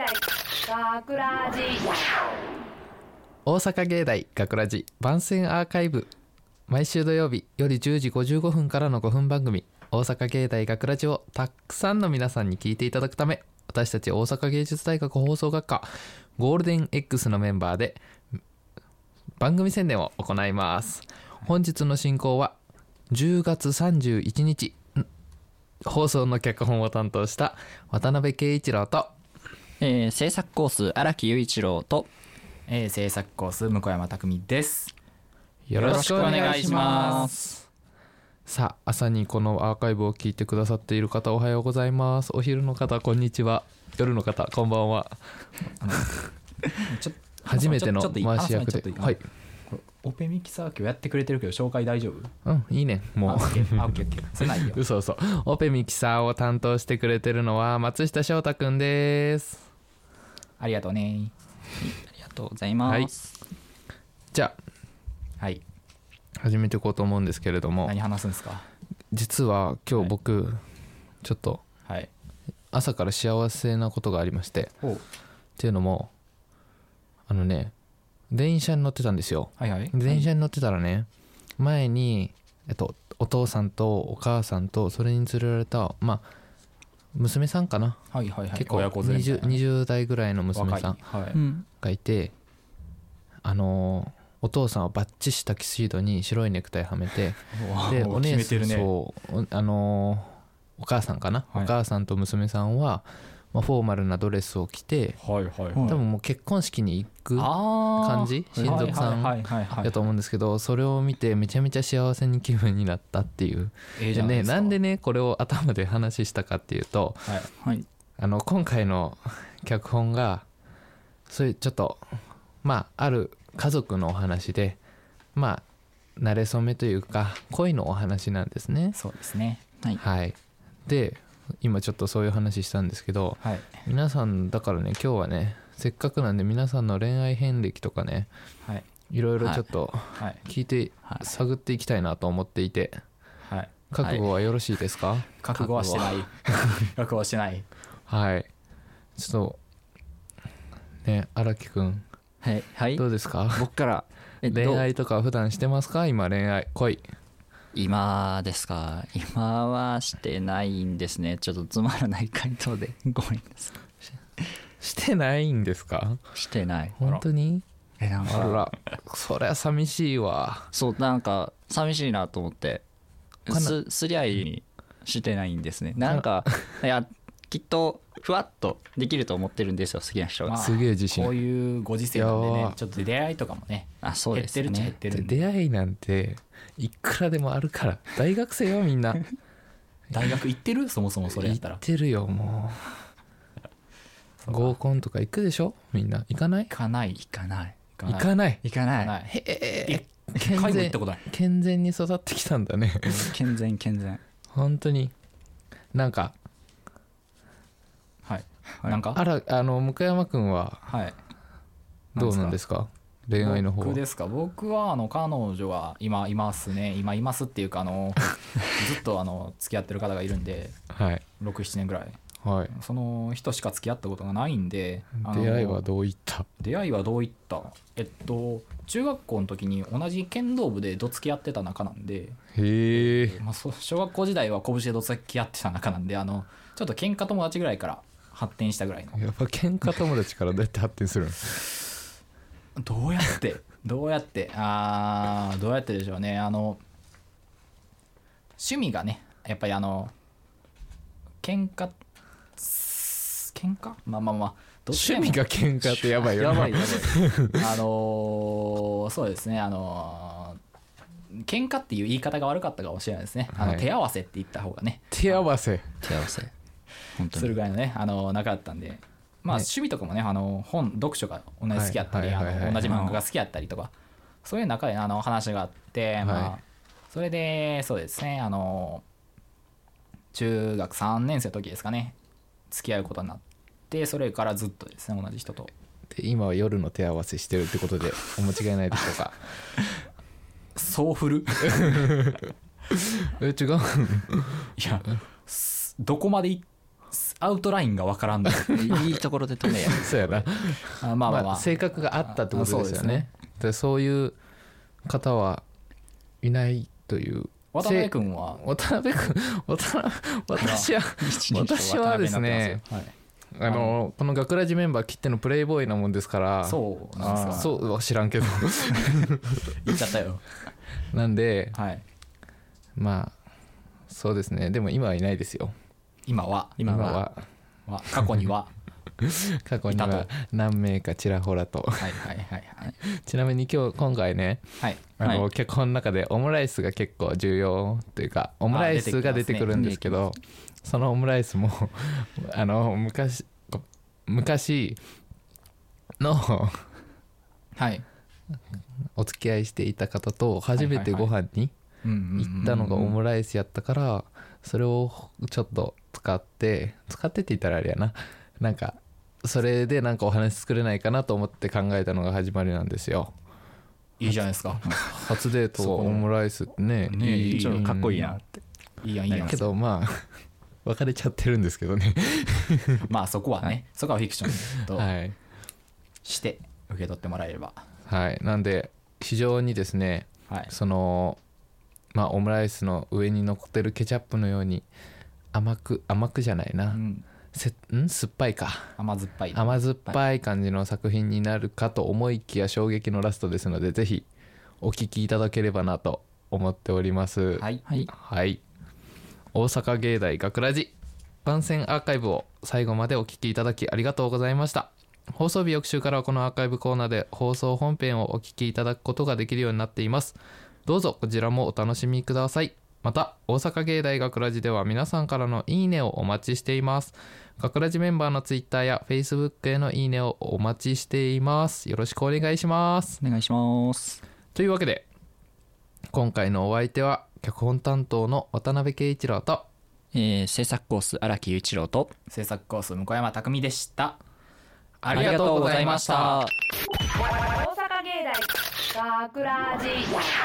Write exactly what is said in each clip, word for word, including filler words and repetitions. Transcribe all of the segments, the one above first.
学ラジ大阪芸大学ラジ番宣アーカイブ、毎週土曜日夜じゅうじごじゅうごふんからのごふん番組大阪芸大学ラジをたくさんの皆さんに聞いていただくため、私たち大阪芸術大学放送学科ゴールデン X のメンバーで番組宣伝を行います。本日の進行はじゅうがつさんじゅういちにち放送の脚本を担当した渡辺圭一郎と、 えー、制作コース荒木雄一郎と、 えー、制作コース向山匠です。 よろしくお願いします。さあ、朝にこのアーカイブを聞いてくださっている方おはようございます。お昼の方こんにちは、夜の方こんばんは。 ちょ初めての回し役で、はい、 オペミキサー今日やってくれてるけど紹介大丈夫？ うん、いいね、もうあ、オッケー、あ、オッケーオッケー、それないよ。 嘘嘘。オペミキサーを担当してくれてるのは松下翔太くんです。 ありがとうね。 ありがとうございます、 はい、じゃあ、 はい、 始めていこうと思うんですけれども、 何話すんですか？ 実は今日僕、はい、ちょっと朝から幸せなことがありまして、はい、っていうのもあのね、電車に乗ってたんですよ、はいはい、電車に乗ってたらね、前に、えっと、お父さんとお母さんとそれに連れられた、まあ、娘さんかな、はいはいはい、結構 20, にじゅう代ぐらいの娘さんがいて、はい、あのお父さんはバッチシタキシードに白いネクタイはめて、でお姉さん、ね、そうあのお母さんかな、はい、お母さんと娘さんは、まあ、フォーマルなドレスを着て、はいはいはい、多分もう結婚式に行く感じ、親族さんだと思うんですけど、それを見てめちゃめちゃ幸せに気分になったっていう、えー、でね、なんでねこれを頭で話したかっていうと、はいはい、あの今回の脚本がそういうちょっとまあある家族のお話で、まあ馴れ初めというか恋のお話なんですね。 そうですね、 はい、はい、で今ちょっとそういう話したんですけど、はい、皆さんだからね、今日はねせっかくなんで皆さんの恋愛遍歴とかね、はい、いろいろちょっと聞いて、はい、探っていきたいなと思っていて、はい、覚悟はよろしいですか？はい、 覚悟はしてない覚悟はしてない。 はい、ちょっとね、荒木くん、 はいはい、 どうですか？ 僕から、 えっと、恋愛とか普段してますか？今恋愛恋今ですか？今はしてないんですね。ちょっとつまらない回答でごめんなさい。 してないんですか？ してない。 本当に？ え、なんか、 あら、そりゃ寂しいわ。 そう、なんか寂しいなと思ってすすりゃいにしてないんですね。なんかいやきっとふわっとできると思ってるんですよ、好きな人が、まあ、 すげえ自信。 こういうご時世なんでね、ちょっと出会いとかもね、 あ、そうですね、 減ってるっちゃ減ってるんで、 出会いなんていくらでもあるから。大学生よみんな大学行ってる？そもそもそれやったら行ってるよもう合コンとか行くでしょみんな。行かない？ 行かない行かない行かない行かない。 へえ、 健全健全に育ってきたんだね健全健全本当に。なんかはい、なんかあら、あの向山くんはどうなんですか？恋愛の方は。 僕ですか？僕はあの彼女は今いますね。今いますっていうか、あのずっとあの付き合ってる方がいるんで、はい、ろく、ななねんぐらい、はい、その人しか付き合ったことがないんで。 出会いはどういった出会いはどういったえっと中学校の時に同じ剣道部でどつき合ってた仲なんで、 へえ、 まあ、小学校時代は拳でどつき合ってた仲なんで、あのちょっと喧嘩友達ぐらいから発展したぐらいの。 やっぱ喧嘩友達からどうやって発展するの？ どうやってどうやってあーどうやってでしょうね。あの趣味がね、やっぱりあの喧嘩喧嘩まあまあまあどっち趣味が喧嘩ってやばいよね。やばいやばいあのー、そうですね、あのー、喧嘩っていう言い方が悪かったかもしれないですね。あの、はい、手合わせって言った方がね。 手合わせ手合わせ本当にするぐらいのね、あの仲だったんで、まあ、趣味とかもね、あの本読書が同じ好きやったり、同じ漫画が好きやったりとか、そういう中であの話があって、はい、まあ、それでそうですね、あの中学さんねん生の時ですかね、付き合うことになって、それからずっとですね同じ人と。 で今は夜の手合わせしてるってことでお間違いないでしょうか？ そう振るえ違ういやどこまでいアウトラインが分からんのいいところで止めやそうやなあまあまあまあ、 まあ、性格があったってことですよね。でそういう方はいないという。 渡辺君は渡辺君渡私は私はですね、はい、あのこの学ラジメンバーきってのプレイボーイなもんですから。 そうなんですか。 そうは知らんけど言っちゃったよ。 なんで、 はい、 まあそうですね。でも今はいないですよ。 今は今はは過去には過去には何名かちらほらと。 はいはいはいはい。 ちなみに今日今回ね、 はい、 あの、 はい、 脚本の中でオムライスが結構重要というか、オムライスが出てくるんですけど、そのオムライスもあの昔昔のはいお付き合いしていた方と初めてご飯に行ったのがオムライスやったから、それをちょっと使って使ってって言ったらあれやな、なんかそれでなんかお話作れないかなと思って考えたのが始まりなんですよ。 いいじゃないですか。 初デートオムライスってね、 ねいい、ちょっとかっこいいなって。 いいやんいいやん。 けどまあ別れちゃってるんですけどねまあそこはね、はい、そこはフィクションとして受け取ってもらえれば。 はい、なんで非常にですね、はい、そのまあオムライスの上に乗ってるケチャップのように甘く甘くじゃないな、うんせん酸っぱいか甘酸っぱい甘酸っぱい感じの作品になるかと思いきや衝撃のラストですので、ぜひお聞きいただければなと思っております。 はい、はいはい、大阪芸大学ラジ番宣アーカイブを最後までお聞きいただきありがとうございました。放送日翌週からはこのアーカイブコーナーで放送本編をお聞きいただくことができるようになっています。どうぞこちらもお楽しみください。また大阪芸大学ラジでは皆さんからのいいねをお待ちしています。学ラジメンバーのツイッターやフェイスブックへのいいねをお待ちしています。よろしくお願いします。 お願いします。 というわけで今回のお相手は脚本担当の渡辺圭一郎と、 えー、制作コース荒木雄一郎と制作コース向山匠でした。 ありがとうございました。 大阪芸大学ラジ。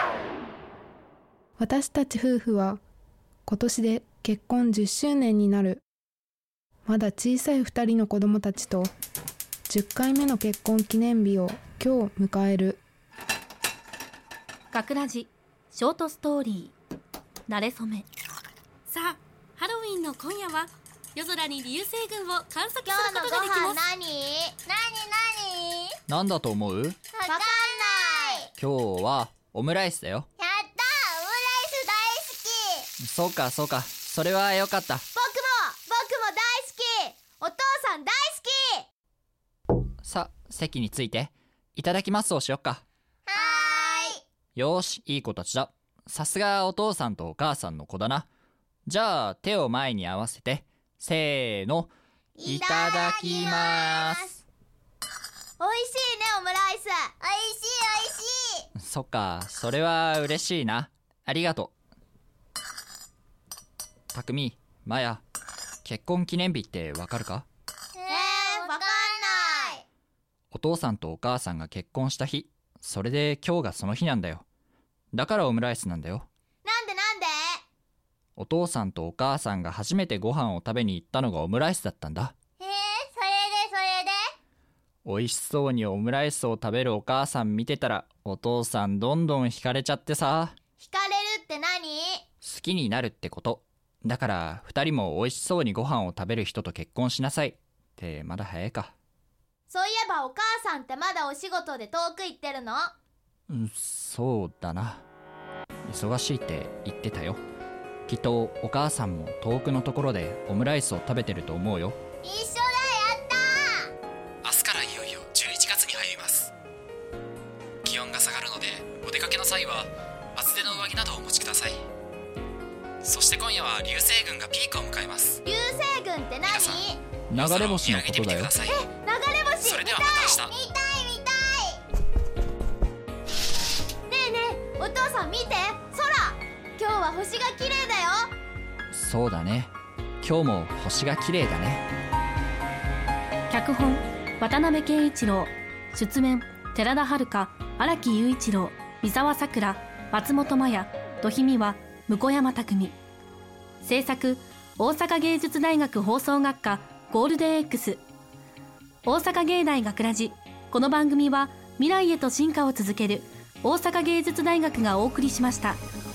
私たち夫婦は今年で結婚じゅっしゅうねんになる。まだ小さいふたりの子供たちとじゅっかいめの結婚記念日を今日迎える。 学ラジショートストーリーなれそめ。 さあハロウィンの今夜は夜空に流星群を観測することができます。 今日のご飯何？何何？ なんだと思う？わかんない。今日はオムライスだよ。 やったー、オムライス大好き。 そうかそうか、それはよかった。 僕も僕も大好き。お父さん大好き。 さあ席についていただきますをしよっか。 はーい。よーし、いい子たちだ。さすがお父さんとお母さんの子だな。じゃあ手を前に合わせてせーの、いただきます。 おいしいねオムライス。おいしいおいしい。 そっか、それは嬉しいな。ありがとう。たくみ、まや、結婚記念日ってわかるか？ えー、わかんない。 お父さんとお母さんが結婚した日、それで今日がその日なんだよ。だからオムライスなんだよ。 なんでなんで？ お父さんとお母さんが初めてご飯を食べに行ったのがオムライスだったんだ。 えー、それでそれで？ 美味しそうにオムライスを食べるお母さん見てたら、お父さんどんどん惹かれちゃってさ。 惹かれるって何？ 好きになるってこと。だから二人も美味しそうにご飯を食べる人と結婚しなさいってまだ早いか。 そういえばお母さんってまだお仕事で遠く行ってるの？ うん、そうだな。忙しいって言ってたよ。きっとお母さんも遠くのところでオムライスを食べてると思うよ。 一緒だ、やったー。 明日からいよいよじゅういちがつに入ります。気温が下がるのでお出かけの際は厚手の上着などをお持ちください。そして今夜は流星群がピークを迎えます。 流星群って何？ 流れ星のことだよ。 え、流れ星。 それではまた明日。 見たい見たい。ねえねえ、お父さん見て、空。今日は星が綺麗だよ。 そうだね。今日も星が綺麗だね。 脚本渡辺圭一郎、出演寺田遥、荒木雄一郎、三沢さくら、松本麻也、土肥美和、向山拓実。制作大阪芸術大学放送学科ゴールデン X。 大阪芸大学ラジ。この番組は未来へと進化を続ける大阪芸術大学がお送りしました。